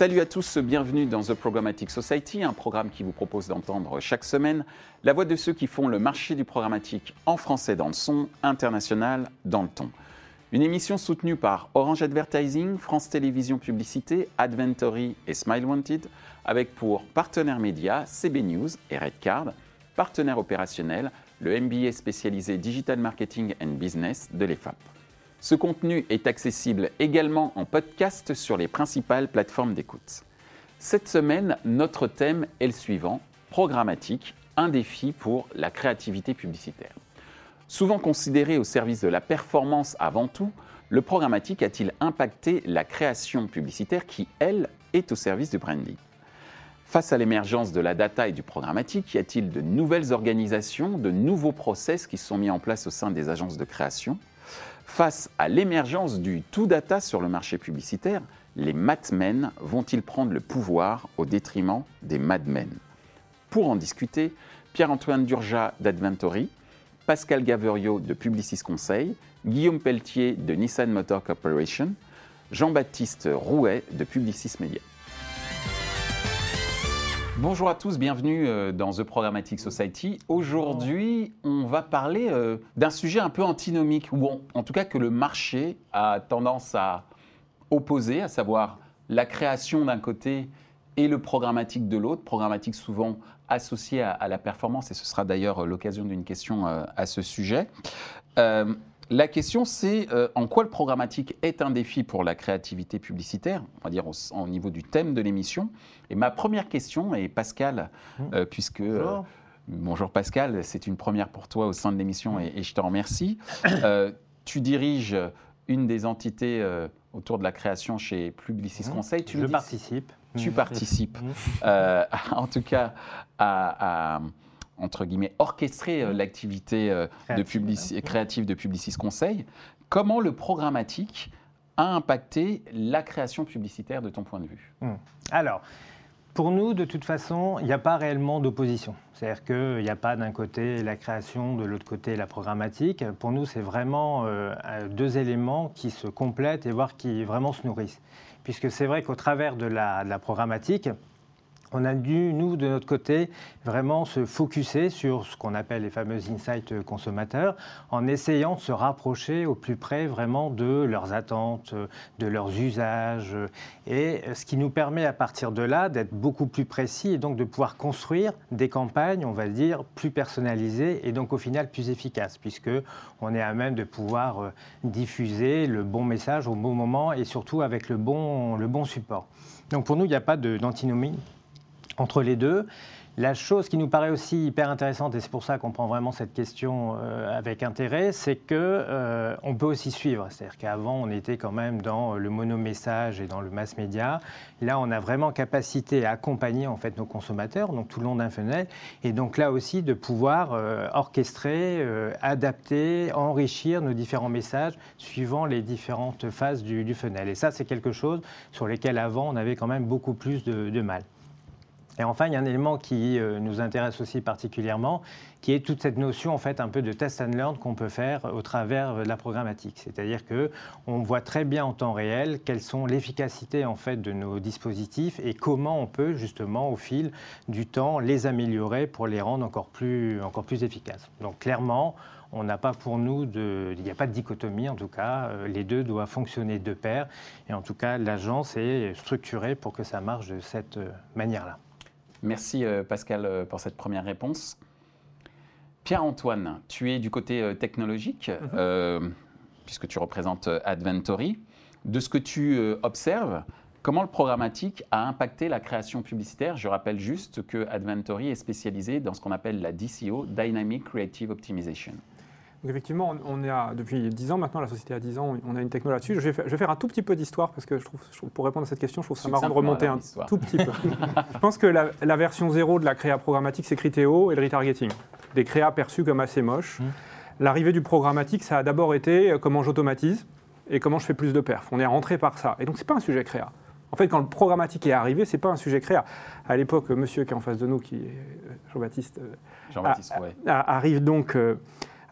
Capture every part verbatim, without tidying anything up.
Salut à tous, bienvenue dans The Programmatic Society, un programme qui vous propose d'entendre chaque semaine la voix de ceux qui font le marché du programmatique en français dans le son, international dans le ton. Une émission soutenue par Orange Advertising, France Télévisions Publicité, Adventory et Smile Wanted, avec pour partenaires médias C B News et Redcard, partenaire opérationnel, le M B A spécialisé Digital Marketing and Business de l'E F A P. Ce contenu est accessible également en podcast sur les principales plateformes d'écoute. Cette semaine, notre thème est le suivant, programmatique, un défi pour la créativité publicitaire. Souvent considéré au service de la performance avant tout, le programmatique a-t-il impacté la création publicitaire qui, elle, est au service du branding ? Face à l'émergence de la data et du programmatique, y a-t-il de nouvelles organisations, de nouveaux process qui sont mis en place au sein des agences de création ? Face à l'émergence du tout data sur le marché publicitaire, les matmen vont-ils prendre le pouvoir au détriment des madmen ? Pour en discuter, Pierre-Antoine Durjat d'Adventory, Pascal Gaverio de Publicis Conseil, Guillaume Pelletier de Nissan Motor Corporation, Jean-Baptiste Rouet de Publicis Media. Bonjour à tous, bienvenue dans The Programmatic Society. Aujourd'hui, on va parler d'un sujet un peu antinomique, ou en tout cas que le marché a tendance à opposer, à savoir la création d'un côté et le programmatique de l'autre, programmatique souvent associé à, à la performance, et ce sera d'ailleurs l'occasion d'une question à ce sujet. Euh, La question, c'est euh, en quoi le programmatique est un défi pour la créativité publicitaire, on va dire au, au niveau du thème de l'émission. Et ma première question, et Pascal, euh, puisque... Euh, bonjour Pascal, c'est une première pour toi au sein de l'émission et, et je te remercie. Euh, tu diriges une des entités euh, autour de la création chez Publicis Conseil. Tu je participe. Tu participes, euh, en tout cas, à... à entre guillemets, orchestrer euh, l'activité euh, de publici- créative de Publicis Conseil. Comment le programmatique a impacté la création publicitaire de ton point de vue ? mmh. Alors, pour nous, de toute façon, il n'y a pas réellement d'opposition. C'est-à-dire qu'il n'y a pas d'un côté la création, de l'autre côté la programmatique. Pour nous, c'est vraiment euh, deux éléments qui se complètent et voire qui vraiment se nourrissent. Puisque c'est vrai qu'au travers de la, de la programmatique, on a dû, nous, de notre côté, vraiment se focusser sur ce qu'on appelle les fameux insights consommateurs, en essayant de se rapprocher au plus près vraiment de leurs attentes, de leurs usages, et ce qui nous permet à partir de là d'être beaucoup plus précis et donc de pouvoir construire des campagnes, on va dire, plus personnalisées et donc au final plus efficaces, puisqu'on est à même de pouvoir diffuser le bon message au bon moment et surtout avec le bon, le bon support. Donc pour nous, il n'y a pas de, d'antinomie entre les deux. La chose qui nous paraît aussi hyper intéressante, et c'est pour ça qu'on prend vraiment cette question euh, avec intérêt, c'est qu'on euh, peut aussi suivre. C'est-à-dire qu'avant, on était quand même dans le monomessage et dans le mass média. Là, on a vraiment capacité à accompagner en fait, nos consommateurs, donc tout le long d'un funnel, et donc là aussi de pouvoir euh, orchestrer, euh, adapter, enrichir nos différents messages suivant les différentes phases du, du funnel. Et ça, c'est quelque chose sur lequel avant, on avait quand même beaucoup plus de, de mal. Et enfin, il y a un élément qui euh, nous intéresse aussi particulièrement, qui est toute cette notion en fait un peu de test and learn qu'on peut faire au travers de la programmatique. C'est-à-dire qu'on voit très bien en temps réel quelles sont l'efficacité en fait de nos dispositifs et comment on peut justement au fil du temps les améliorer pour les rendre encore plus, encore plus efficaces. Donc clairement, on n'a pas pour nous, de, il n'y a pas de dichotomie en tout cas, euh, les deux doivent fonctionner de pair et en tout cas l'agence est structurée pour que ça marche de cette euh, manière-là. Merci Pascal pour cette première réponse. Pierre-Antoine, tu es du côté technologique, mm-hmm. euh, puisque tu représentes Adventory. De ce que tu euh, observes, comment le programmatique a impacté la création publicitaire ? Je rappelle juste que Adventory est spécialisé dans ce qu'on appelle la D C O, Dynamic Creative Optimization. Donc effectivement, on est à, depuis dix ans maintenant, la société a dix ans, on a une techno là-dessus. Je vais, faire, je vais faire un tout petit peu d'histoire parce que je trouve, je trouve, pour répondre à cette question, je trouve ça marrant de remonter un tout petit peu. Je pense que la, la version zéro de la créa programmatique, c'est Criteo et le retargeting. Des créas perçus comme assez moches. Mmh. L'arrivée du programmatique, ça a d'abord été comment j'automatise et comment je fais plus de perf. On est rentré par ça. Et donc, ce n'est pas un sujet créa. En fait, quand le programmatique est arrivé, ce n'est pas un sujet créa. À l'époque, monsieur qui est en face de nous, qui est Jean-Baptiste, Jean-Baptiste a, ouais. a, arrive donc... Euh,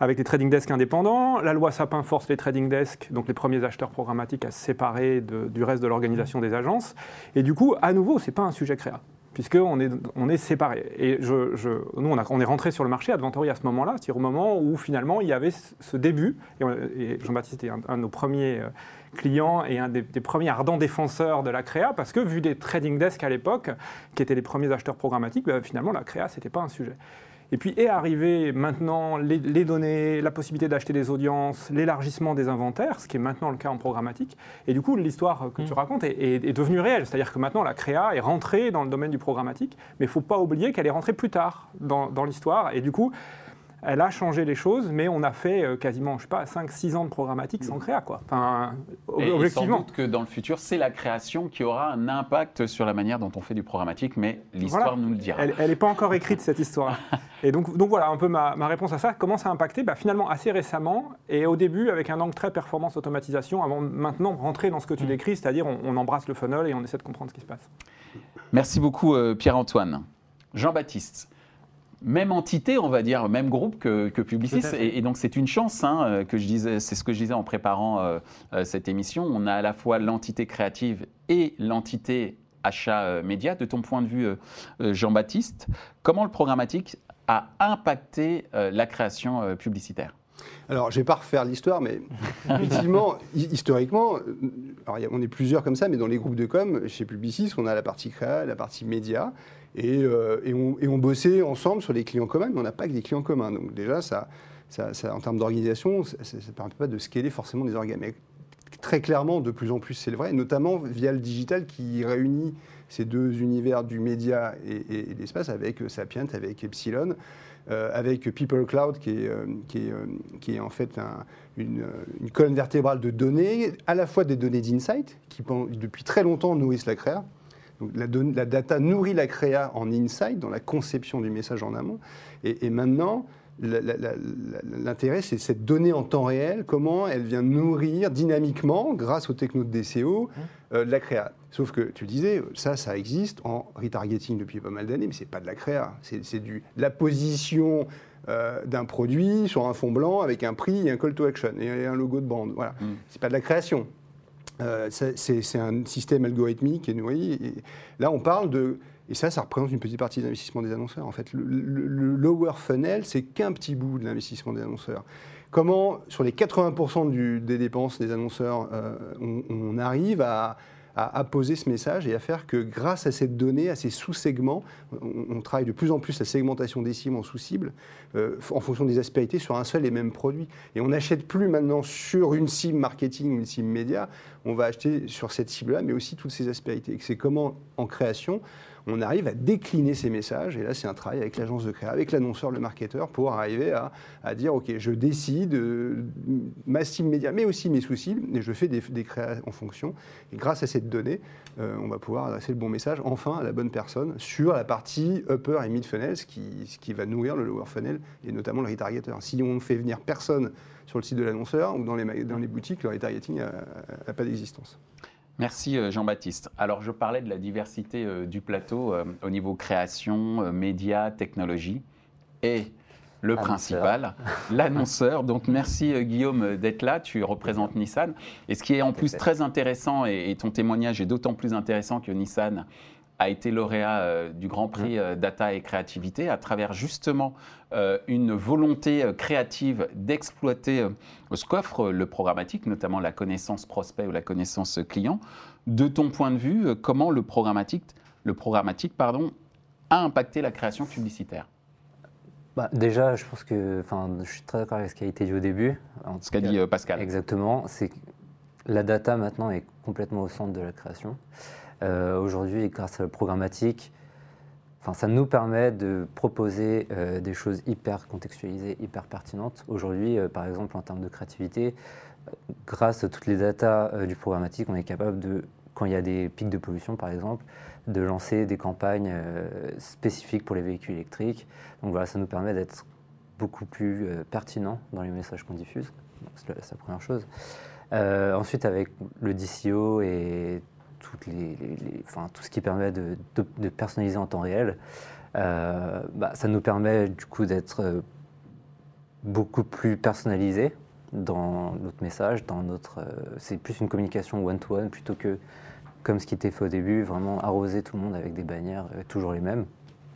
avec les trading desks indépendants. La loi Sapin force les trading desks, donc les premiers acheteurs programmatiques, à se séparer de, du reste de l'organisation des agences. Et du coup, à nouveau, ce n'est pas un sujet créa, puisqu'on est, on est séparés. Et je, je, nous, on, a, on est rentré sur le marché Adventory à ce moment-là, c'est-à-dire au moment où finalement il y avait ce début, et, et Jean-Baptiste était un, un de nos premiers clients et un des, des premiers ardents défenseurs de la créa, parce que vu des trading desks à l'époque, qui étaient les premiers acheteurs programmatiques, ben, finalement la créa, ce n'était pas un sujet. Et puis est arrivé maintenant les, les données, la possibilité d'acheter des audiences, l'élargissement des inventaires, ce qui est maintenant le cas en programmatique. Et du coup, l'histoire que mmh. tu racontes est, est, est devenue réelle. C'est-à-dire que maintenant, la créa est rentrée dans le domaine du programmatique, mais il ne faut pas oublier qu'elle est rentrée plus tard dans, dans l'histoire. Et du coup, elle a changé les choses, mais on a fait quasiment, je sais pas, cinq six ans de programmatique sans créa, quoi. Enfin, et, objectivement. Et sans doute que dans le futur, c'est la création qui aura un impact sur la manière dont on fait du programmatique, mais l'histoire voilà. nous le dira. Elle n'est pas encore écrite, cette histoire. Et donc, donc voilà un peu ma, ma réponse à ça. Comment ça a impacté ? Bah, finalement, assez récemment, et au début, avec un angle très performance automatisation, avant maintenant de rentrer dans ce que tu décris, c'est-à-dire on, on embrasse le funnel et on essaie de comprendre ce qui se passe. Merci beaucoup, euh, Pierre-Antoine. Jean-Baptiste. Même entité, on va dire, même groupe que, que Publicis. Et, et donc, c'est une chance, hein, que je disais, c'est ce que je disais en préparant euh, euh, cette émission. On a à la fois l'entité créative et l'entité achat euh, média. De ton point de vue, euh, Jean-Baptiste, comment le programmatique a impacté euh, la création euh, publicitaire ? Alors, je ne vais pas refaire l'histoire, mais effectivement, historiquement, alors, on est plusieurs comme ça, mais dans les groupes de com, chez Publicis, on a la partie créa, la partie média. Et, euh, et, on, et on bossait ensemble sur les clients communs, mais on n'a pas que des clients communs. Donc déjà, ça, ça, ça, en termes d'organisation, ça ne permet pas de scaler forcément des organes. Mais très clairement, de plus en plus, c'est le vrai, notamment via le digital qui réunit ces deux univers du média et, et, et l'espace avec Sapient, avec Epsilon, euh, avec People Cloud, qui est, euh, qui est, euh, qui est en fait un, une, une colonne vertébrale de données, à la fois des données d'insight, qui depuis très longtemps nourrissent la créa. Donc la, don- la data nourrit la créa en insight, dans la conception du message en amont. Et, et maintenant, la, la, la, l'intérêt, c'est cette donnée en temps réel, comment elle vient nourrir dynamiquement, grâce aux technos de D C O, euh, la créa. Sauf que, tu le disais, ça, ça existe en retargeting depuis pas mal d'années, mais ce n'est pas de la créa. C'est, c'est du, la position euh, d'un produit sur un fond blanc avec un prix et un call to action et un logo de brand. Voilà. Mm. Ce n'est pas de la création. Euh, c'est, c'est un système algorithmique qui est nourri. Et là, on parle de... Et ça, ça représente une petite partie de l'investissement des annonceurs. En fait, le, le, le lower funnel, c'est qu'un petit bout de l'investissement des annonceurs. Comment, sur les quatre-vingts pour cent du, des dépenses des annonceurs, euh, on, on arrive à, à, à poser ce message et à faire que grâce à cette donnée, à ces sous-segments, on, on travaille de plus en plus la segmentation des cibles en sous-cibles, euh, en fonction des aspérités sur un seul et même produit. Et on n'achète plus maintenant sur une cible marketing ou une cible média, on va acheter sur cette cible-là, mais aussi toutes ces aspérités. Et c'est comment, en création, on arrive à décliner ces messages, et là c'est un travail avec l'agence de créa, avec l'annonceur, le marketeur, pour arriver à, à dire ok, je décide euh, ma cible média, mais aussi mes sous-cibles, et je fais des, des créas en fonction, et grâce à cette donnée, euh, on va pouvoir adresser le bon message, enfin à la bonne personne, sur la partie upper et mid funnel, ce qui, ce qui va nourrir le lower funnel, et notamment le retargeter. Si on ne fait venir personne sur le site de l'annonceur, ou dans les, dans les boutiques, le retargeting n'a pas d'existence. Merci Jean-Baptiste. Alors je parlais de la diversité euh, du plateau euh, au niveau création, euh, médias, technologie et le annonceur. Principal, l'annonceur. Donc merci euh, Guillaume d'être là, tu représentes Nissan. Et ce qui est en plus très intéressant, et, et ton témoignage est d'autant plus intéressant que Nissan a été lauréat euh, du Grand Prix euh, Data et Créativité à travers justement euh, une volonté euh, créative d'exploiter euh, ce qu'offre le programmatique, notamment la connaissance prospect ou la connaissance client. De ton point de vue, euh, comment le programmatique, le programmatique pardon, a impacté la création publicitaire ? Bah, déjà, je pense que, enfin, je suis très d'accord avec ce qui a été dit au début. En ce qu'a dit euh, Pascal. Exactement. C'est que la data maintenant est complètement au centre de la création. Euh, aujourd'hui, grâce à la programmatique, enfin, ça nous permet de proposer euh, des choses hyper contextualisées, hyper pertinentes. Aujourd'hui, euh, par exemple, en termes de créativité, euh, grâce à toutes les datas euh, du programmatique, on est capable de, quand il y a des pics de pollution, par exemple, de lancer des campagnes euh, spécifiques pour les véhicules électriques. Donc voilà, ça nous permet d'être beaucoup plus euh, pertinent dans les messages qu'on diffuse. Donc, c'est, la, c'est la première chose. Euh, ensuite, avec le D C O et toutes les, les, les, enfin, tout ce qui permet de, de, de personnaliser en temps réel, euh, bah, ça nous permet du coup d'être euh, beaucoup plus personnalisé dans notre message, dans notre, euh, c'est plus une communication one-to-one plutôt que comme ce qui était fait au début, vraiment arroser tout le monde avec des bannières euh, toujours les mêmes.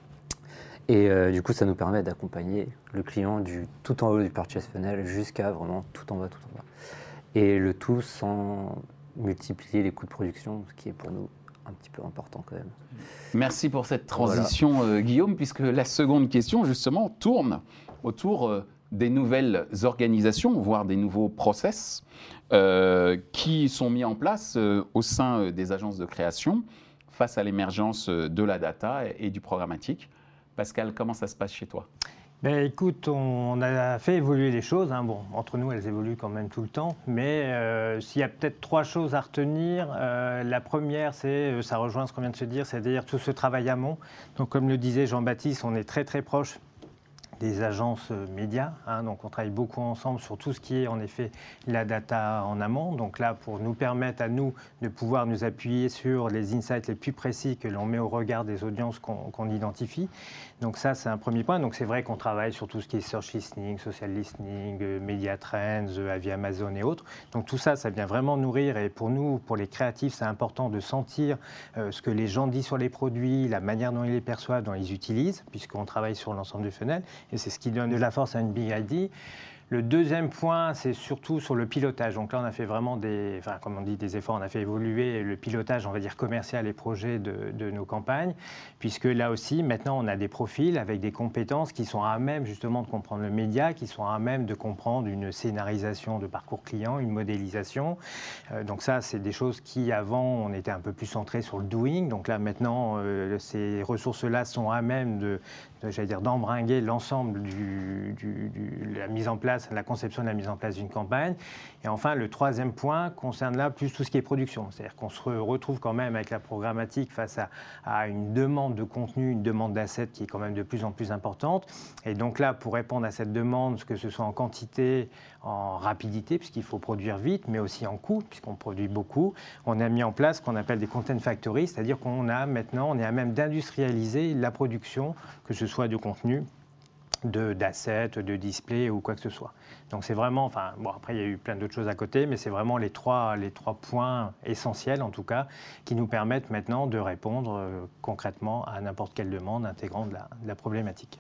Et euh, du coup, ça nous permet d'accompagner le client du tout en haut du purchase funnel jusqu'à vraiment tout en bas, tout en bas. Et le tout sans multiplier les coûts de production, ce qui est pour nous un petit peu important quand même. Merci pour cette transition, voilà. euh, Guillaume, puisque la seconde question, justement, tourne autour euh, des nouvelles organisations, voire des nouveaux process euh, qui sont mis en place euh, au sein euh, des agences de création face à l'émergence euh, de la data et, et du programmatique. Pascal, comment ça se passe chez toi ? Ben, écoute, on a fait évoluer les choses. Hein. Bon, entre nous, elles évoluent quand même tout le temps. Mais euh, s'il y a peut-être trois choses à retenir, euh, la première, c'est, ça rejoint ce qu'on vient de se dire, c'est-à-dire tout ce travail amont. Donc, comme le disait Jean-Baptiste, on est très très proche des agences médias, hein, donc on travaille beaucoup ensemble sur tout ce qui est en effet la data en amont, donc là pour nous permettre à nous de pouvoir nous appuyer sur les insights les plus précis que l'on met au regard des audiences qu'on, qu'on identifie. Donc ça c'est un premier point, donc c'est vrai qu'on travaille sur tout ce qui est search listening, social listening, euh, media trends, euh, avis Amazon et autres, donc tout ça ça vient vraiment nourrir et pour nous, pour les créatifs c'est important de sentir euh, ce que les gens disent sur les produits, la manière dont ils les perçoivent, dont ils les utilisent, puisqu'on travaille sur l'ensemble du funnel. Et c'est ce qui donne de la force à une Big I D. Le deuxième point, c'est surtout sur le pilotage. Donc là, on a fait vraiment des, enfin, comme on dit, des efforts. On a fait évoluer le pilotage, on va dire, commercial et projet de, de nos campagnes, puisque là aussi, maintenant, on a des profils avec des compétences qui sont à même, justement, de comprendre le média, qui sont à même de comprendre une scénarisation de parcours client, une modélisation. Euh, donc ça, c'est des choses qui, avant, on était un peu plus centré sur le doing. Donc là, maintenant, euh, ces ressources-là sont à même de, de j'allais dire, d'embringuer l'ensemble du, du, du, de la mise en place, la conception de la mise en place d'une campagne. Et enfin, le troisième point concerne là plus tout ce qui est production. C'est-à-dire qu'on se retrouve quand même avec la programmatique face à, à une demande de contenu, une demande d'assets qui est quand même de plus en plus importante. Et donc là, pour répondre à cette demande, que ce soit en quantité, en rapidité, puisqu'il faut produire vite, mais aussi en coût, puisqu'on produit beaucoup, on a mis en place ce qu'on appelle des content factories, c'est-à-dire qu'on a maintenant, on est à même d'industrialiser la production, que ce soit de contenu, de, d'assets, de display ou quoi que ce soit. Donc c'est vraiment, enfin, bon après il y a eu plein d'autres choses à côté, mais c'est vraiment les trois, les trois points essentiels en tout cas, qui nous permettent maintenant de répondre euh, concrètement à n'importe quelle demande intégrant de la, de la problématique.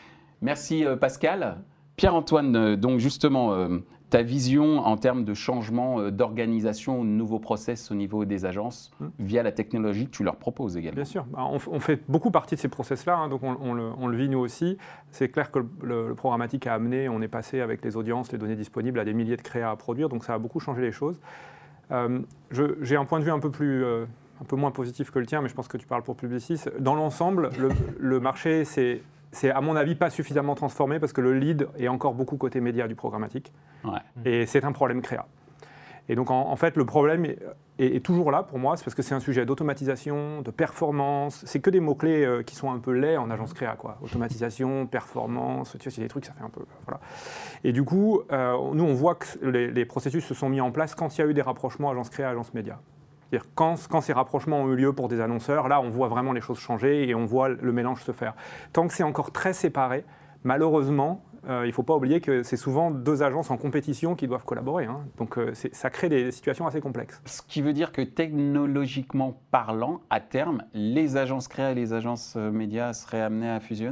Merci euh, Pascal. Pierre-Antoine, euh, donc justement, euh, ta vision en termes de changement euh, d'organisation, de nouveaux process au niveau des agences, mmh. via la technologie que tu leur proposes également. Bien sûr, bah, on, on fait beaucoup partie de ces process-là, hein, donc on, on, le, on le vit nous aussi. C'est clair que le, le programmatique a amené, on est passé avec les audiences, les données disponibles à des milliers de créas à produire, donc ça a beaucoup changé les choses. Euh, je, j'ai un point de vue un peu plus... Euh, un peu moins positif que le tien, mais je pense que tu parles pour Publicis. Dans l'ensemble, le, le marché, c'est... c'est à mon avis pas suffisamment transformé parce que le lead est encore beaucoup côté média du programmatique. Ouais. Et c'est un problème créa. Et donc en, en fait le problème est, est, est toujours là pour moi, c'est parce que c'est un sujet d'automatisation, de performance, c'est que des mots-clés euh, qui sont un peu laids en agence créa, quoi. Automatisation, performance, tu vois, c'est des trucs, ça fait un peu... Voilà. Et du coup, euh, nous on voit que les, les processus se sont mis en place quand il y a eu des rapprochements agence créa, agence média. C'est-à-dire quand, quand ces rapprochements ont eu lieu pour des annonceurs, là on voit vraiment les choses changer et on voit le mélange se faire. Tant que c'est encore très séparé, malheureusement, euh, il ne faut pas oublier que c'est souvent deux agences en compétition qui doivent collaborer. Hein. Donc euh, c'est, ça crée des situations assez complexes. Ce qui veut dire que technologiquement parlant, à terme, les agences créa et les agences médias seraient amenées à fusionner ?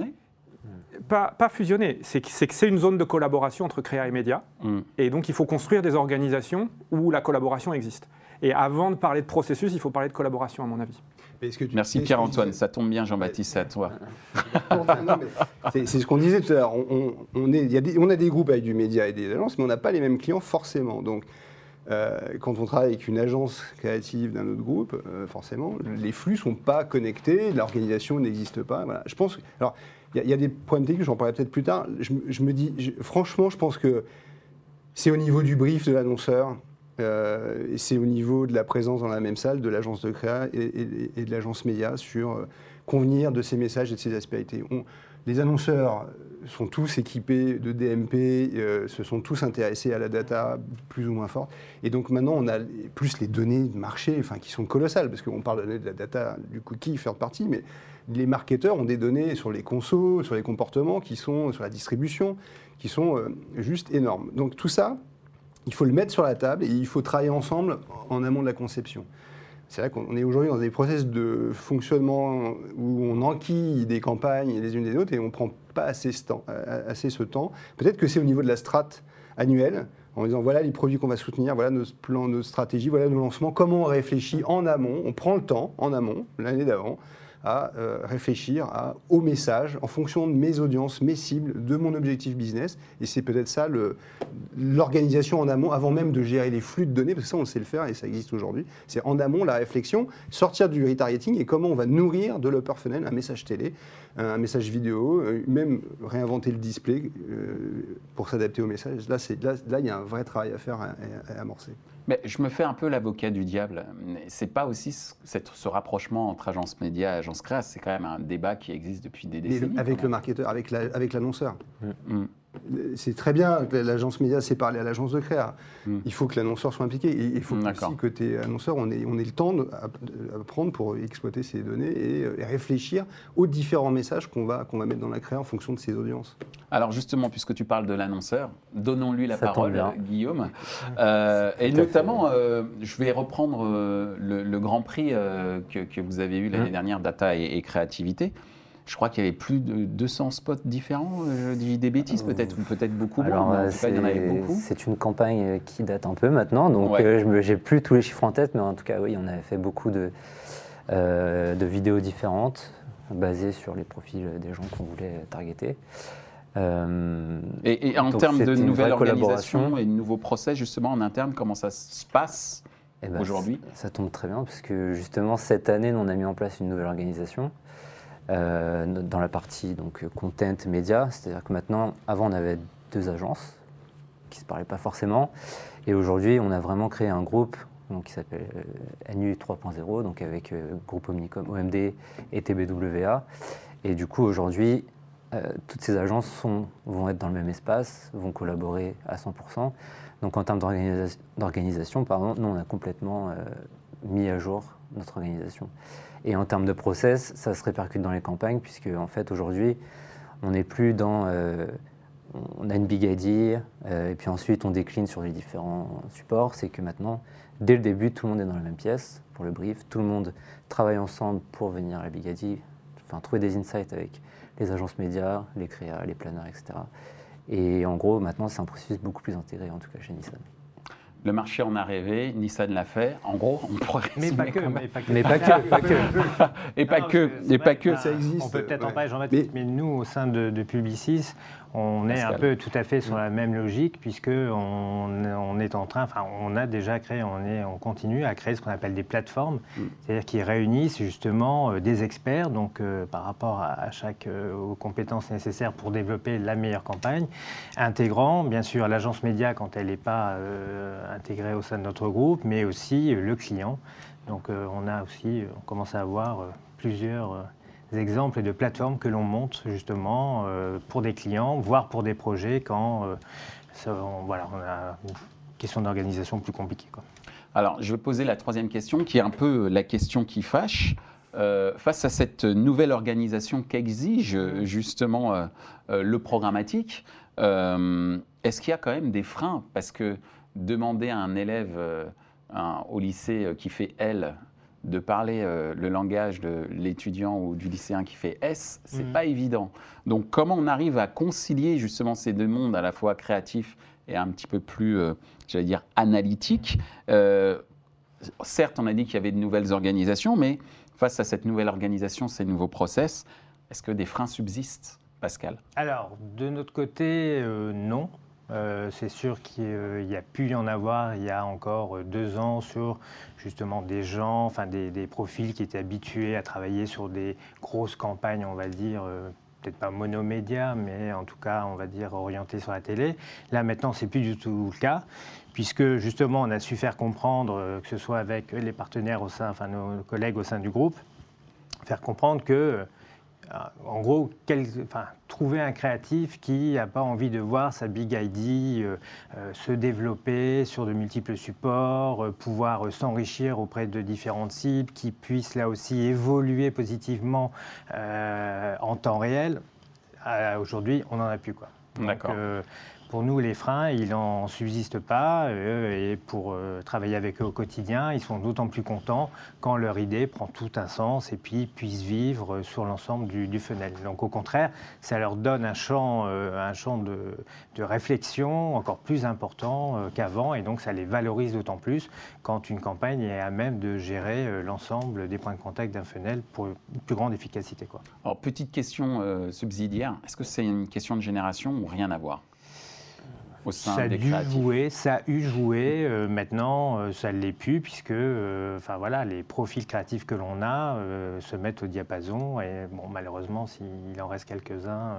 Pas, pas fusionner, c'est que, c'est que c'est une zone de collaboration entre créa et médias. Mm. Et donc il faut construire des organisations où la collaboration existe. Et avant de parler de processus, il faut parler de collaboration, à mon avis. Merci Pierre-Antoine, ça tombe bien Jean-Baptiste, c'est à toi. Non, mais c'est, c'est ce qu'on disait tout à l'heure, on, on, on, est, y a des, on a des groupes avec du média et des agences, mais on n'a pas les mêmes clients forcément. Donc euh, quand on travaille avec une agence créative d'un autre groupe, euh, forcément, les flux ne sont pas connectés, l'organisation n'existe pas. Voilà. Je pense, alors, il y, y a des problèmes techniques, j'en parlerai peut-être plus tard. Je, je me dis, je, franchement, je pense que c'est au niveau du brief de l'annonceur. Euh, et c'est au niveau de la présence dans la même salle de l'agence de créa et, et, et de l'agence média sur euh, convenir de ces messages et de ces aspérités. On, les annonceurs sont tous équipés de D M P, euh, se sont tous intéressés à la data plus ou moins forte. Et donc maintenant, on a plus les données de marché, enfin, qui sont colossales, parce qu'on parle de la data du cookie, third party, mais les marketeurs ont des données sur les consos, sur les comportements, qui sont sur la distribution, qui sont euh, juste énormes. Donc tout ça, il faut le mettre sur la table et il faut travailler ensemble en amont de la conception. C'est là qu'on est aujourd'hui dans des process de fonctionnement où on enquille des campagnes les unes des autres et on ne prend pas assez ce temps. Assez ce temps. Peut-être que c'est au niveau de la strate annuelle, en disant voilà les produits qu'on va soutenir, voilà nos plans, nos stratégies, voilà nos lancements, comment on réfléchit en amont, on prend le temps en amont, l'année d'avant, à euh, réfléchir à, au message en fonction de mes audiences, mes cibles, de mon objectif business. Et c'est peut-être ça le, l'organisation en amont, avant même de gérer les flux de données, parce que ça on sait le faire et ça existe aujourd'hui. C'est en amont la réflexion, sortir du retargeting et comment on va nourrir de l'upper funnel, un message télé, un message vidéo, même réinventer le display euh, pour s'adapter au message. Là, c'est, là, là, il y a un vrai travail à faire, à, à, à amorcer. Mais je me fais un peu l'avocat du diable. C'est pas aussi ce, cette, ce rapprochement entre agence média et agence créa, c'est quand même un débat qui existe depuis des décennies. Mais avec le marketeur, avec, la, avec l'annonceur. Mmh. C'est très bien que l'agence média sait parler à l'agence de créa. Mmh. Il faut que l'annonceur soit impliqué. Et il faut D'accord. aussi, côté annonceur, on ait, on ait le temps de, à, à prendre pour exploiter ces données et, et réfléchir aux différents messages qu'on va, qu'on va mettre dans la créa en fonction de ses audiences. Alors justement, puisque tu parles de l'annonceur, donnons-lui la Ça parole, Guillaume. Euh, et notamment, euh, je vais reprendre euh, le, le Grand Prix euh, que, que vous avez eu l'année mmh. dernière, Data et, et Créativité. Je crois qu'il y avait plus de deux cents spots différents, je dis des bêtises peut-être, ou peut-être beaucoup Alors, moins, mais en tout cas, il y en avait beaucoup. C'est une campagne qui date un peu maintenant, donc ouais. euh, je me, j'ai plus tous les chiffres en tête, mais en tout cas, oui, on avait fait beaucoup de, euh, de vidéos différentes, basées sur les profils des gens qu'on voulait targeter. Euh, et, et en termes de nouvelle organisation et de nouveaux process, justement, en interne, comment ça se passe eh ben, aujourd'hui ? ça, ça tombe très bien, parce que justement, cette année, on a mis en place une nouvelle organisation. Euh, dans la partie donc, content média, c'est-à-dire que maintenant, avant on avait deux agences qui ne se parlaient pas forcément, et aujourd'hui on a vraiment créé un groupe donc, qui s'appelle euh, N U trois point zéro, donc avec euh, groupe Omnicom, O M D et T B W A, et du coup aujourd'hui euh, toutes ces agences sont, vont être dans le même espace, vont collaborer à cent pour cent, donc en termes d'organisa- d'organisation, pardon, nous on a complètement euh, mis à jour notre organisation. Et en termes de process, ça se répercute dans les campagnes, puisque en fait aujourd'hui, on n'est plus dans, euh, on a une big idea, euh, et puis ensuite on décline sur les différents supports. C'est que maintenant, dès le début, tout le monde est dans la même pièce pour le brief, tout le monde travaille ensemble pour venir à la big idea, enfin trouver des insights avec les agences médias, les créas, les planners, et cetera. Et en gros, maintenant, c'est un processus beaucoup plus intégré, en tout cas chez Nissan. Le marché en a rêvé, Nissan l'a fait. En gros, on pourrait mais pas, que, mais pas que, mais pas que, pas que, et pas que, et pas que. Ça existe. On peut peut-être ouais. en parler, Jean-Baptiste, mais... mais nous, au sein de, de Publicis, on est Pascal. un peu tout à fait sur la même logique, puisque on, on est en train, enfin, on a déjà créé, on est, on continue à créer ce qu'on appelle des plateformes, mm. c'est-à-dire qui réunissent justement euh, des experts, donc euh, par rapport à, à chaque euh, aux compétences nécessaires pour développer la meilleure campagne, intégrant bien sûr l'agence média quand elle n'est pas euh, intégrée au sein de notre groupe, mais aussi euh, le client. Donc euh, on a aussi, on commence à avoir euh, plusieurs euh, exemples de plateformes que l'on monte justement euh, pour des clients, voire pour des projets quand euh, ça, on, voilà, on a une question d'organisation plus compliquée, quoi. Alors, je vais poser la troisième question, qui est un peu la question qui fâche. Euh, face à cette nouvelle organisation qu'exige justement euh, euh, le programmatique, euh, est-ce qu'il y a quand même des freins ? Parce que demander à un élève euh, un, au lycée qui fait L de parler euh, le langage de l'étudiant ou du lycéen qui fait S, c'est mmh. pas évident. Donc comment on arrive à concilier justement ces deux mondes, à la fois créatifs et un petit peu plus, euh, j'allais dire, analytiques. euh, Certes, on a dit qu'il y avait de nouvelles organisations, mais face à cette nouvelle organisation, ces nouveaux process, est-ce que des freins subsistent, Pascal ? Alors, de notre côté, euh, non. Euh, c'est sûr qu'il y a pu y en avoir il y a encore deux ans sur justement des gens, enfin des, des profils qui étaient habitués à travailler sur des grosses campagnes, on va dire, euh, peut-être pas monomédia, mais en tout cas, on va dire orientées sur la télé. Là, maintenant, c'est plus du tout le cas, puisque justement, on a su faire comprendre, euh, que ce soit avec les partenaires au sein, enfin nos collègues au sein du groupe, faire comprendre que En gros, quel, enfin, trouver un créatif qui n'a pas envie de voir sa big I D euh, euh, se développer sur de multiples supports, euh, pouvoir euh, s'enrichir auprès de différentes cibles, qui puisse là aussi évoluer positivement euh, en temps réel. Euh, aujourd'hui, on n'en a plus, quoi. D'accord. Donc, euh, pour nous, les freins, ils n'en subsistent pas. Euh, et pour euh, travailler avec eux au quotidien, ils sont d'autant plus contents quand leur idée prend tout un sens et puis puisse vivre sur l'ensemble du, du funnel. Donc au contraire, ça leur donne un champ, euh, un champ de, de réflexion encore plus important euh, qu'avant. Et donc ça les valorise d'autant plus quand une campagne est à même de gérer euh, l'ensemble des points de contact d'un funnel pour une plus grande efficacité, quoi. Alors, petite question euh, subsidiaire. Est-ce que c'est une question de génération ou rien à voir au sein ça a des dû créatifs? jouer, ça a eu joué. Euh, maintenant, euh, ça ne l'est plus puisque, euh, enfin voilà, les profils créatifs que l'on a euh, se mettent au diapason. Et bon, malheureusement, s'il en reste quelques-uns, euh,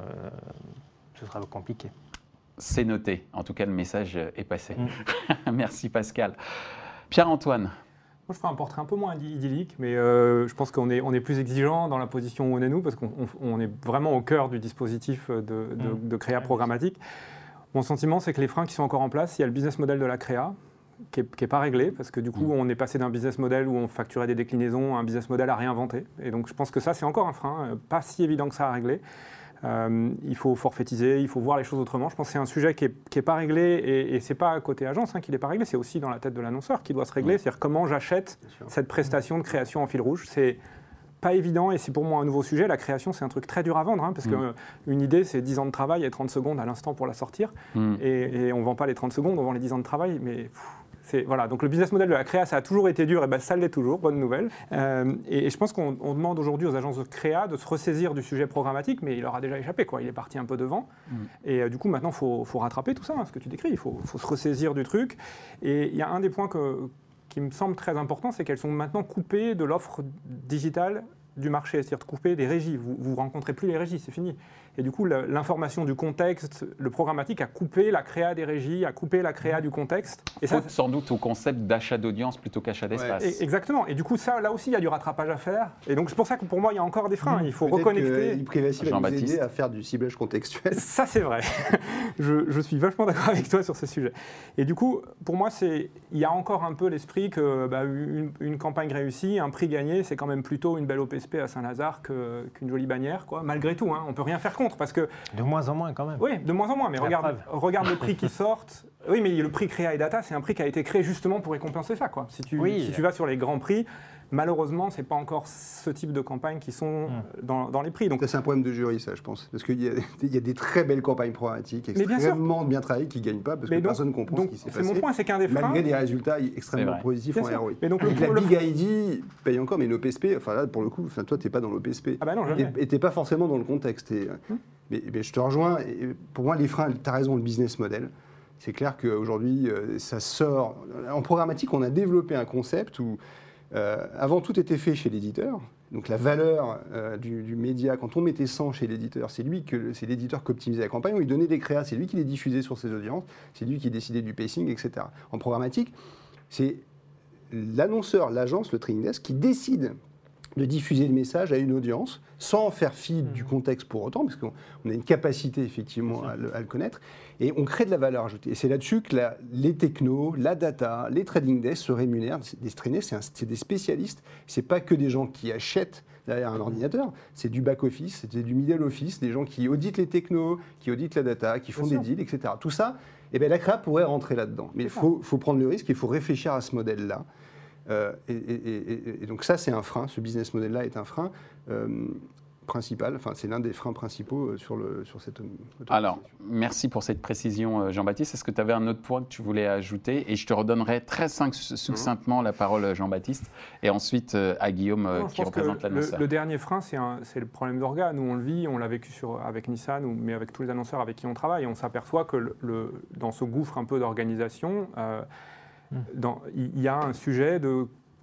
ce sera compliqué. C'est noté. En tout cas, le message est passé. Mm. Merci Pascal. Pierre-Antoine. Moi, je ferai un portrait un peu moins idyllique, mais euh, je pense qu'on est, on est plus exigeant dans la position où on est nous, parce qu'on on, on est vraiment au cœur du dispositif de, de, Mm. de créa programmatique. Mon sentiment, c'est que les freins qui sont encore en place, il y a le business model de la créa, qui n'est pas réglé, parce que du coup, on est passé d'un business model où on facturait des déclinaisons à un business model à réinventer. Et donc, je pense que ça, c'est encore un frein, pas si évident que ça à régler. Euh, il faut forfaitiser, il faut voir les choses autrement. Je pense que c'est un sujet qui n'est pas réglé, et, et ce n'est pas côté agence hein, qui n'est pas réglé, c'est aussi dans la tête de l'annonceur qui doit se régler. C'est-à-dire comment j'achète cette prestation de création en fil rouge. C'est pas évident, et c'est pour moi un nouveau sujet. La création, c'est un truc très dur à vendre, hein, parce mmh. qu'une idée, c'est dix ans de travail et trente secondes à l'instant pour la sortir. Mmh. Et, et on ne vend pas les trente secondes, on vend les dix ans de travail. Mais c'est, voilà. Donc le business model de la créa, ça a toujours été dur, et ben ça l'est toujours, bonne nouvelle. Euh, et, et je pense qu'on demande aujourd'hui aux agences de créa de se ressaisir du sujet programmatique, mais il leur a déjà échappé, quoi. Il est parti un peu devant. Mmh. Et euh, du coup, maintenant, il faut, faut rattraper tout ça, hein, ce que tu décris. Il faut, faut se ressaisir du truc. Et il y a un des points que, qui me semble très important, c'est qu'elles sont maintenant coupées de l'offre digitale du marché, c'est-à-dire de couper des régies. Vous ne rencontrez plus les régies, c'est fini. Et du coup, l'information du contexte, le programmatique a coupé la créa des régies, a coupé la créa du contexte. Et Faute ça, sans doute au concept d'achat d'audience plutôt qu'achat d'espace. Ouais. Exactement. Et du coup, ça, là aussi, il y a du rattrapage à faire. Et donc, c'est pour ça que pour moi, il y a encore des freins. Il faut reconnecter. Il Privacy va nous aider à faire du ciblage contextuel. Ça, c'est vrai. je, je suis vachement d'accord avec toi sur ce sujet. Et du coup, pour moi, il y a encore un peu l'esprit que bah, une, une campagne réussie, un prix gagné, c'est quand même plutôt une belle O P S P à Saint-Lazare que, qu'une jolie bannière, quoi. Malgré tout, hein, on ne peut rien faire contre. Parce que, de moins en moins quand même. Oui, de moins en moins, mais regarde, regarde le prix qui sortent. Oui, mais le prix créa et data, c'est un prix qui a été créé justement pour récompenser ça, quoi. Si tu, oui. si tu vas sur les grands prix, malheureusement, ce n'est pas encore ce type de campagnes qui sont mmh. dans, dans les prix. Donc, ça, c'est un problème de jury, ça, je pense. Parce qu'il y, y a des très belles campagnes programmatiques extrêmement bien, bien travaillées qui ne gagnent pas parce mais que donc, personne ne comprend donc, ce qui s'est passé. C'est mon point, c'est qu'un des freins. Malgré des résultats extrêmement positifs en R O I. Mais donc, donc le, la le, Big I D paye encore, mais l'O P S P, enfin là, pour le coup, toi, tu n'es pas dans l'O P S P. Ah bah non, jamais. Et tu n'es pas forcément dans le contexte. Et, mmh. mais, mais je te rejoins. Et pour moi, les freins, tu as raison, le business model. C'est clair qu'aujourd'hui, euh, ça sort. En programmatique, on a développé un concept où, euh, avant, tout était fait chez l'éditeur. Donc la valeur euh, du, du média, quand on mettait cent chez l'éditeur, c'est lui que c'est l'éditeur qui optimisait la campagne, on lui donnait des créas, c'est lui qui les diffusait sur ses audiences, c'est lui qui décidait du pacing, et cetera. En programmatique, c'est l'annonceur, l'agence, le training desk qui décide de diffuser le message à une audience sans faire fi mmh. du contexte pour autant, parce qu'on a une capacité effectivement à le, à le connaître, et on crée de la valeur ajoutée. Et c'est là-dessus que la, les technos, la data, les trading desks se rémunèrent. Des trainers, c'est des spécialistes, c'est pas que des gens qui achètent derrière un ordinateur, c'est du back-office, c'est du middle-office, des gens qui auditent les technos, qui auditent la data, qui font Bien des sûr. deals, et cetera. Tout ça, eh bien, la créa pourrait rentrer là-dedans. Mais il faut, faut prendre le risque, il faut réfléchir à ce modèle-là. Euh, et, et, et, et donc ça, c'est un frein, ce business model-là est un frein euh, principal, enfin c'est l'un des freins principaux sur, le, sur cette Alors, merci pour cette précision Jean-Baptiste. Est-ce que tu avais un autre point que tu voulais ajouter? Et je te redonnerai très succinctement mmh. la parole Jean-Baptiste, et ensuite à Guillaume non, qui représente l'annonceur. Le, le dernier frein, c'est le problème d'orga. Nous, on le vit, on l'a vécu sur, avec Nissan, ou, mais avec tous les annonceurs avec qui on travaille, et on s'aperçoit que le, le, dans ce gouffre un peu d'organisation, euh, Dans, il y a un sujet de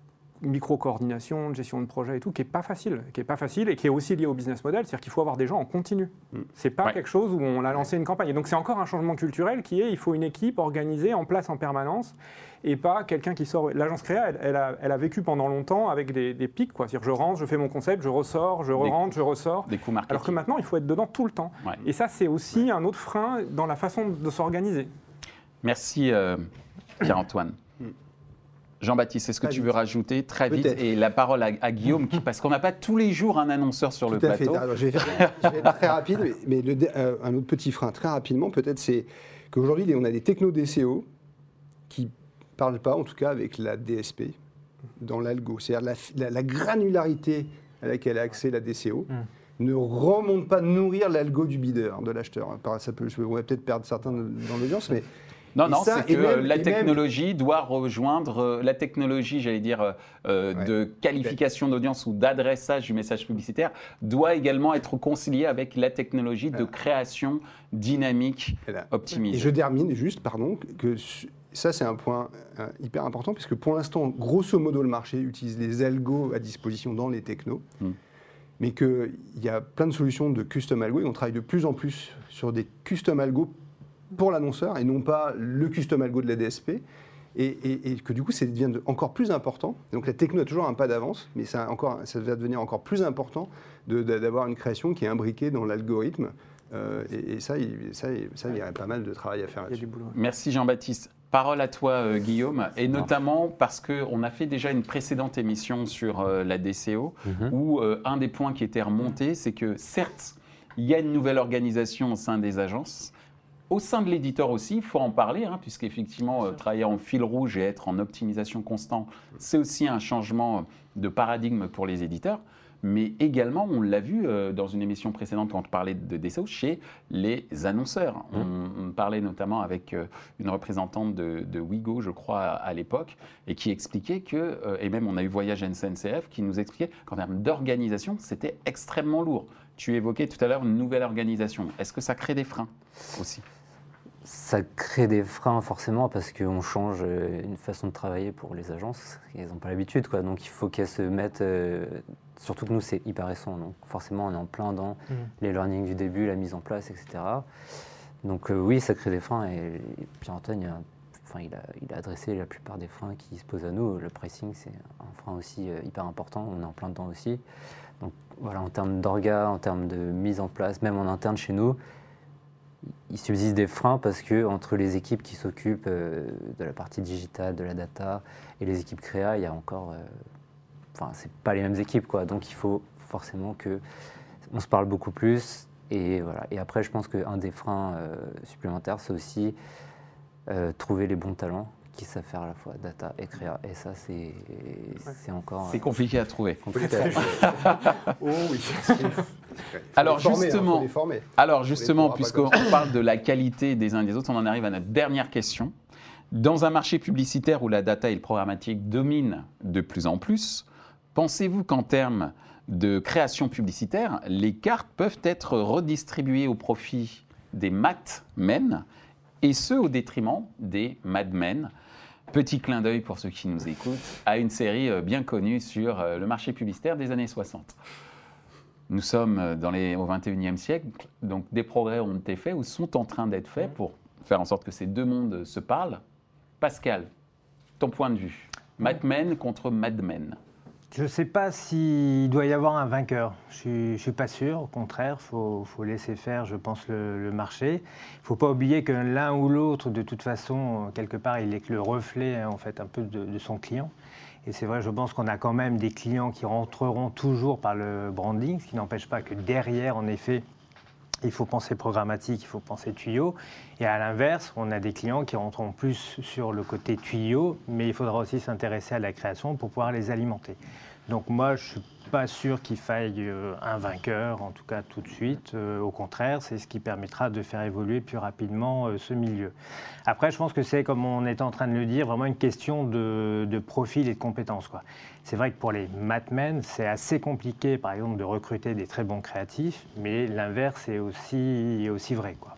micro-coordination, de gestion de projet et tout, qui n'est pas facile, qui est pas facile et qui est aussi lié au business model, c'est-à-dire qu'il faut avoir des gens en continu. Mm. C'est pas ouais. quelque chose où on a lancé une campagne. Et donc c'est encore un changement culturel qui est, il faut une équipe organisée, en place en permanence, et pas quelqu'un qui sort. L'agence créa, elle, elle, a, elle a vécu pendant longtemps avec des, des pics, quoi. C'est-à-dire je rentre, je fais mon concept, je ressors, je re-rentre, je ressors. Des coûts marketing. Alors que maintenant, il faut être dedans tout le temps. Ouais. Et ça, c'est aussi ouais. un autre frein dans la façon de s'organiser. Merci euh, Pierre-Antoine. Jean-Baptiste, est-ce que très tu vite. veux rajouter très vite et la parole à, à Guillaume, qui, parce qu'on n'a pas tous les jours un annonceur sur Tout le plateau. Alors, je, vais faire, je vais être très rapide, mais le, euh, un autre petit frein très rapidement, peut-être, c'est qu'aujourd'hui, on a des techno-D C O qui ne parlent pas, en tout cas, avec la D S P dans l'algo. C'est-à-dire la, la, la granularité à laquelle a accès la D C O. Mm. ne remonte pas nourrir l'algo du bidder, de l'acheteur. Ça peut, je vais peut-être perdre certains dans l'audience, mais... Non, non, c'est que même, la technologie même... doit rejoindre, la technologie, j'allais dire, euh, ouais. de qualification d'audience ou d'adressage du message publicitaire doit également être conciliée avec la technologie de création dynamique optimisée. Et je termine juste, pardon, que ça c'est un point euh, hyper important, puisque pour l'instant, grosso modo, le marché utilise les algos à disposition dans les technos, hmm. mais qu'il y a plein de solutions de custom algo, et on travaille de plus en plus sur des custom algos pour l'annonceur et non pas le custom algo de la D S P, et, et, et que du coup ça devient de, encore plus important. Donc la techno a toujours un pas d'avance, mais ça, encore, ça va devenir encore plus important de, de, d'avoir une création qui est imbriquée dans l'algorithme, euh, et, et ça, il, ça, ça, il y a pas mal de travail à faire là-dessus. Merci Jean-Baptiste. Parole à toi euh, Guillaume, et notamment parce qu'on a fait déjà une précédente émission sur euh, la D C O, mm-hmm. où euh, un des points qui était remonté, c'est que certes, il y a une nouvelle organisation au sein des agences. Au sein de l'éditeur aussi, il faut en parler, hein, puisqu'effectivement, euh, travailler en fil rouge et être en optimisation constante, c'est aussi un changement de paradigme pour les éditeurs. Mais également, on l'a vu euh, dans une émission précédente quand on parlait de D C O, chez les annonceurs. Mmh. On, on parlait notamment avec euh, une représentante de, de Wigo, je crois, à, à l'époque, et qui expliquait que, euh, et même on a eu Voyage N C F, qui nous expliquait qu'en termes d'organisation, c'était extrêmement lourd. Tu évoquais tout à l'heure une nouvelle organisation. Est-ce que ça crée des freins aussi ? Ça crée des freins forcément parce qu'on change une façon de travailler pour les agences. Elles n'ont pas l'habitude, quoi. Donc il faut qu'elles se mettent... Euh, surtout que nous, c'est hyper récent. Donc forcément, on est en plein dans mmh. les learnings du début, la mise en place, et cetera. Donc euh, oui, ça crée des freins. Et, et Pierre-Antoine, il a, enfin, il, a, il a adressé la plupart des freins qui se posent à nous. Le pricing, c'est un frein aussi euh, hyper important. On est en plein dedans aussi. Donc voilà, en termes d'orga, en termes de mise en place, même en interne chez nous, il subsiste des freins parce que entre les équipes qui s'occupent euh, de la partie digitale, de la data, et les équipes créa, il y a encore, euh, enfin, c'est pas les mêmes équipes, quoi. Donc il faut forcément que on se parle beaucoup plus. Et voilà. Et après, je pense qu'un des freins euh, supplémentaires, c'est aussi euh, trouver les bons talents qui savent faire à la fois data et créa. Et ça, c'est, c'est encore... C'est compliqué à trouver. Compliqué à trouver. Oh oui. Alors justement, hein, alors justement puisqu'on parle de la qualité des uns et des autres, on en arrive à notre dernière question. Dans un marché publicitaire où la data et le programmatique dominent de plus en plus, pensez-vous qu'en termes de création publicitaire, les cartes peuvent être redistribuées au profit des matmen, et ce au détriment des madmen? Petit clin d'œil pour ceux qui nous écoutent à une série bien connue sur le marché publicitaire des années soixante. Nous sommes dans les, au vingt et unième siècle, donc des progrès ont été faits ou sont en train d'être faits pour faire en sorte que ces deux mondes se parlent. Pascal, ton point de vue, Mad Men contre Mad Men. Je ne sais pas s'il doit y avoir un vainqueur. Je ne suis pas sûr. Au contraire, il faut, faut laisser faire, je pense, le, le marché. Il ne faut pas oublier que l'un ou l'autre, de toute façon, quelque part, il est que le reflet, en fait, un peu de, de son client. Et c'est vrai, je pense qu'on a quand même des clients qui rentreront toujours par le branding, ce qui n'empêche pas que derrière, en effet, il faut penser programmatique, il faut penser tuyau. Et à l'inverse, on a des clients qui rentreront plus sur le côté tuyau, mais il faudra aussi s'intéresser à la création pour pouvoir les alimenter. Donc moi, je ne suis pas sûr qu'il faille un vainqueur, en tout cas tout de suite. Euh, au contraire, c'est ce qui permettra de faire évoluer plus rapidement euh, ce milieu. Après, je pense que c'est, comme on est en train de le dire, vraiment une question de, de profil et de compétences, quoi. C'est vrai que pour les matmen, c'est assez compliqué, par exemple, de recruter des très bons créatifs, mais l'inverse est aussi, est aussi vrai, quoi.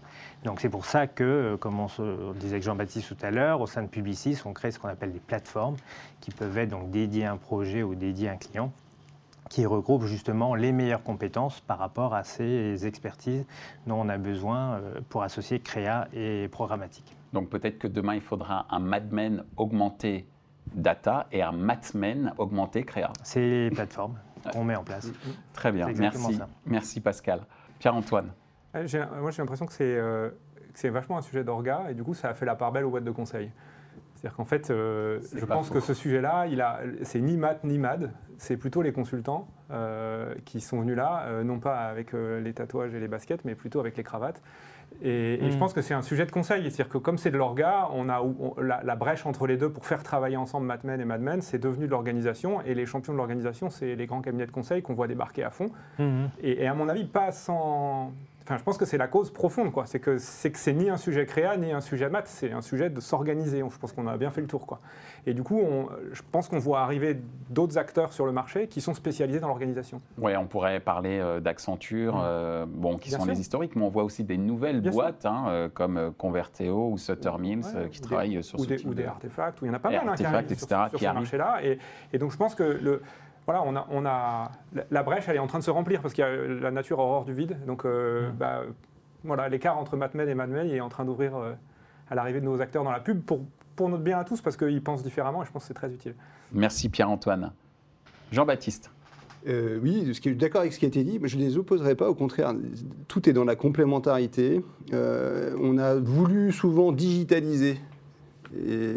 Donc c'est pour ça que, comme on, se, on disait avec Jean-Baptiste tout à l'heure, au sein de Publicis, on crée ce qu'on appelle des plateformes qui peuvent être donc dédiées à un projet ou dédiées à un client, qui regroupent justement les meilleures compétences par rapport à ces expertises dont on a besoin pour associer créa et programmatique. Donc peut-être que demain, il faudra un Madmen augmenté data et un Matmen augmenté créa. C'est les plateformes qu'on met en place. Très bien, merci. Ça. Merci Pascal. Pierre-Antoine. J'ai, moi j'ai l'impression que c'est, euh, que c'est vachement un sujet d'orga et du coup ça a fait la part belle aux boîtes de conseil. C'est-à-dire qu'en fait, euh, je pense faux. que ce sujet-là, il a, c'est ni mat ni mad, c'est plutôt les consultants euh, qui sont venus là, euh, non pas avec euh, les tatouages et les baskets, mais plutôt avec les cravates. Et, et mmh. je pense que c'est un sujet de conseil, c'est-à-dire que comme c'est de l'orga, on a on, la, la brèche entre les deux pour faire travailler ensemble Matmen et Madmen, c'est devenu de l'organisation, et les champions de l'organisation, c'est les grands cabinets de conseil qu'on voit débarquer à fond. Mmh. Et, et à mon avis, pas sans... Enfin, je pense que c'est la cause profonde, quoi. C'est que c'est que c'est ni un sujet créa, ni un sujet mat, c'est un sujet de s'organiser. Je pense qu'on a bien fait le tour, quoi. Et du coup, on, je pense qu'on voit arriver d'autres acteurs sur le marché qui sont spécialisés dans l'organisation. Oui, on pourrait parler euh, d'Accenture, mmh. euh, bon, qui bien sont sûr. les historiques, mais on voit aussi des nouvelles bien boîtes, hein, euh, comme Converteo ou Sutter Mills, ouais, euh, qui travaillent des, sur ou ce des, type ou de... des artefacts, où il y en a pas mal, hein, qui arrivent sur, sur ce marché-là. Et, et donc, je pense que le... Voilà, on a, on a, la brèche, elle est en train de se remplir parce que la nature a horreur du vide. Donc, euh, mmh. bah, voilà, l'écart entre Matmen et Madmen est en train d'ouvrir euh, à l'arrivée de nos acteurs dans la pub pour, pour notre bien à tous parce qu'ils pensent différemment et je pense que c'est très utile. Merci Pierre-Antoine. Jean-Baptiste. Euh, oui, je suis d'accord avec ce qui a été dit, mais je ne les opposerai pas, au contraire, tout est dans la complémentarité. Euh, on a voulu souvent digitaliser et,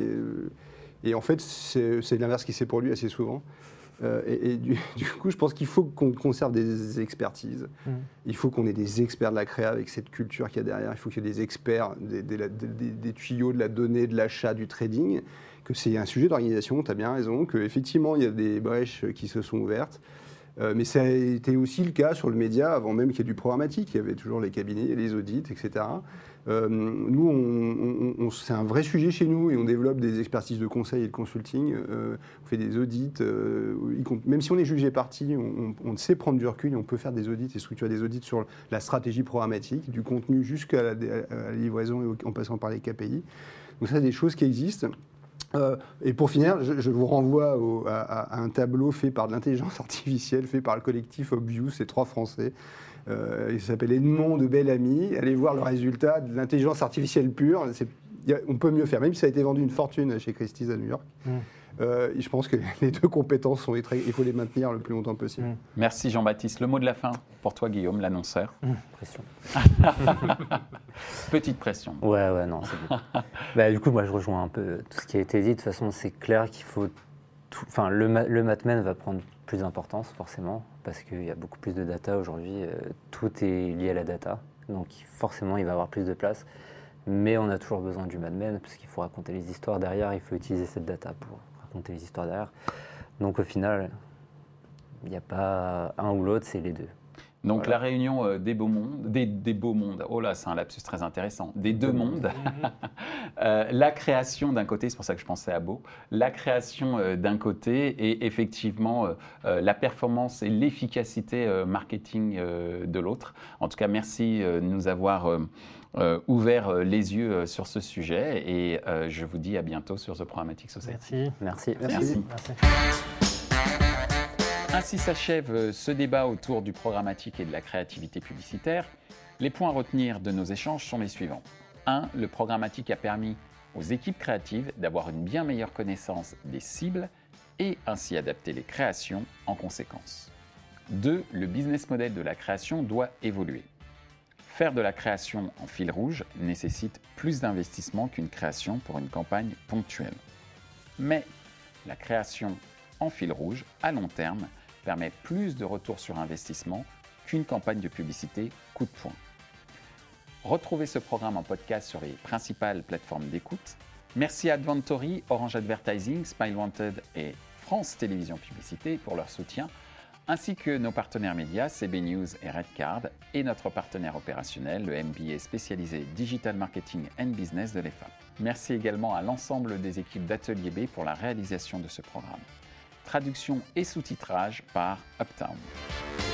et en fait c'est, c'est l'inverse qui s'est produit assez souvent. Euh, et, et du, du coup, je pense qu'il faut qu'on conserve des expertises. Mmh. Il faut qu'on ait des experts de la créa avec cette culture qu'il y a derrière. Il faut qu'il y ait des experts des, des, des, des tuyaux, de la donnée, de l'achat, du trading. Que c'est un sujet d'organisation, tu as bien raison. Qu'effectivement, il y a des brèches qui se sont ouvertes. Euh, mais ça a été aussi le cas sur le média avant même qu'il y ait du programmatique. Il y avait toujours les cabinets, les audits, et cetera. Euh, nous, on, on, on, c'est un vrai sujet chez nous et on développe des expertises de conseil et de consulting. Euh, on fait des audits. Euh, même si on est jugé parti, on, on, on sait prendre du recul et on peut faire des audits et structurer des audits sur la stratégie programmatique, du contenu jusqu'à la, à la livraison et au, en passant par les K P I. Donc ça, c'est des choses qui existent. Euh, et pour finir, je, je vous renvoie au, à, à un tableau fait par de l'intelligence artificielle, fait par le collectif Obvious, c'est trois Français. Euh, il s'appelle Edmond de Bellamy. Allez voir le résultat de l'intelligence artificielle pure. C'est, y a, on peut mieux faire, même si ça a été vendu une fortune chez Christie's à New York. Mmh. Euh, je pense que les deux compétences sont très, il faut les maintenir le plus longtemps possible. Mmh. Merci Jean-Baptiste. Le mot de la fin pour toi, Guillaume, l'annonceur. Mmh. Pression. Petite pression. Ouais, ouais, non, c'est bon. Bah, du coup, moi, je rejoins un peu tout ce qui a été dit. De toute façon, c'est clair qu'il faut. Tout... Enfin, le, ma... le Matmen va prendre plus d'importance, forcément, parce qu'il y a beaucoup plus de data aujourd'hui. Euh, tout est lié à la data. Donc, forcément, il va avoir plus de place. Mais on a toujours besoin du Madmen, parce qu'il faut raconter les histoires derrière. Il faut utiliser cette data pour raconter les histoires derrière. Donc, au final, il n'y a pas un ou l'autre, c'est les deux. Donc voilà. La réunion euh, des beaux mondes, des, des beaux mondes, oh là c'est un lapsus très intéressant, des deux mondes, euh, la création d'un côté, c'est pour ça que je pensais à beau, la création euh, d'un côté et effectivement euh, euh, la performance et l'efficacité euh, marketing euh, de l'autre. En tout cas merci euh, de nous avoir euh, euh, ouvert euh, les yeux euh, sur ce sujet et euh, je vous dis à bientôt sur The Programmatic Society. Merci. Merci. Merci. Merci. Ainsi s'achève ce débat autour du programmatique et de la créativité publicitaire. Les points à retenir de nos échanges sont les suivants. un. Le programmatique a permis aux équipes créatives d'avoir une bien meilleure connaissance des cibles et ainsi adapter les créations en conséquence. deux. Le business model de la création doit évoluer. Faire de la création en fil rouge nécessite plus d'investissement qu'une création pour une campagne ponctuelle. Mais la création en fil rouge, à long terme, permet plus de retour sur investissement qu'une campagne de publicité coup de poing. Retrouvez ce programme en podcast sur les principales plateformes d'écoute. Merci à Adventory, Orange Advertising, Smile Wanted et France Télévisions Publicité pour leur soutien, ainsi que nos partenaires médias C B News et Redcard et notre partenaire opérationnel, le M B A spécialisé Digital Marketing and Business de l'E F A P. Merci également à l'ensemble des équipes d'Atelier B pour la réalisation de ce programme. Traduction et sous-titrage par Uptown.